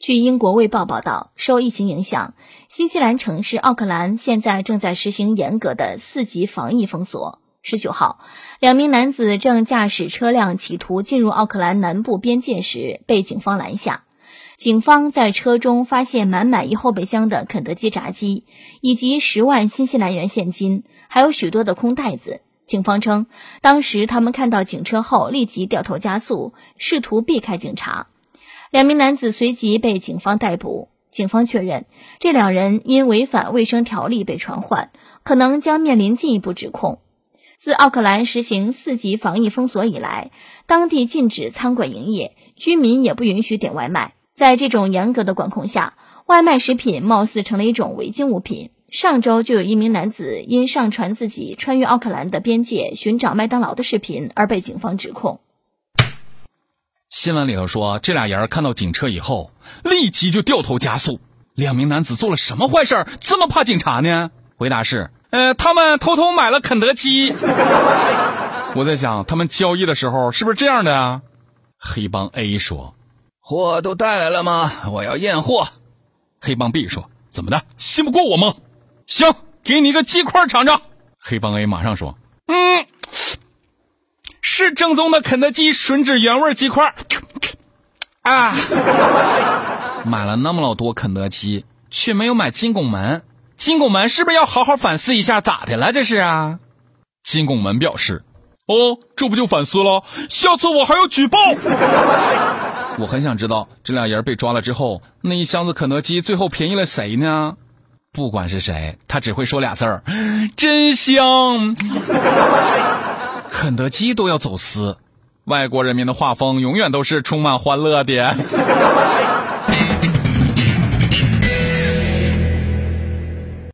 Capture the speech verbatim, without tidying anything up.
据英国卫报报道，受疫情影响，新西兰城市奥克兰现在正在实行严格的四级防疫封锁。十九号，两名男子正驾驶车辆企图进入奥克兰南部边界时被警方拦下。警方在车中发现满满一后备箱的肯德基炸鸡，以及十万新西兰元现金，还有许多的空袋子。警方称，当时他们看到警车后立即掉头加速，试图避开警察。两名男子随即被警方逮捕。警方确认，这两人因违反卫生条例被传唤，可能将面临进一步指控。自奥克兰实行四级防疫封锁以来，当地禁止餐馆营业，居民也不允许点外卖。在这种严格的管控下，外卖食品貌似成了一种违禁物品。上周就有一名男子因上传自己穿越奥克兰的边界寻找麦当劳的视频而被警方指控。 新闻里头说，这俩人看到警车以后立即就掉头加速。两名男子做了什么坏事这么怕警察呢？回答是呃，他们偷偷买了肯德基。我在想，他们交易的时候是不是这样的啊？黑帮 A 说， 货都带来了吗？我要验货。 黑帮 B 说，怎么的，信不过我吗？行，给你个鸡块尝尝。黑帮 A 马上说，嗯，是正宗的肯德基吮指原味鸡块啊。买了那么老多肯德基，却没有买金拱门。金拱门是不是要好好反思一下，咋的了这是啊？金拱门表示，哦，这不就反思了，下次我还要举报。我很想知道这俩人被抓了之后，那一箱子肯德基最后便宜了谁呢？不管是谁，他只会说俩字儿，真香。肯德基都要走私，外国人民的画风永远都是充满欢乐的。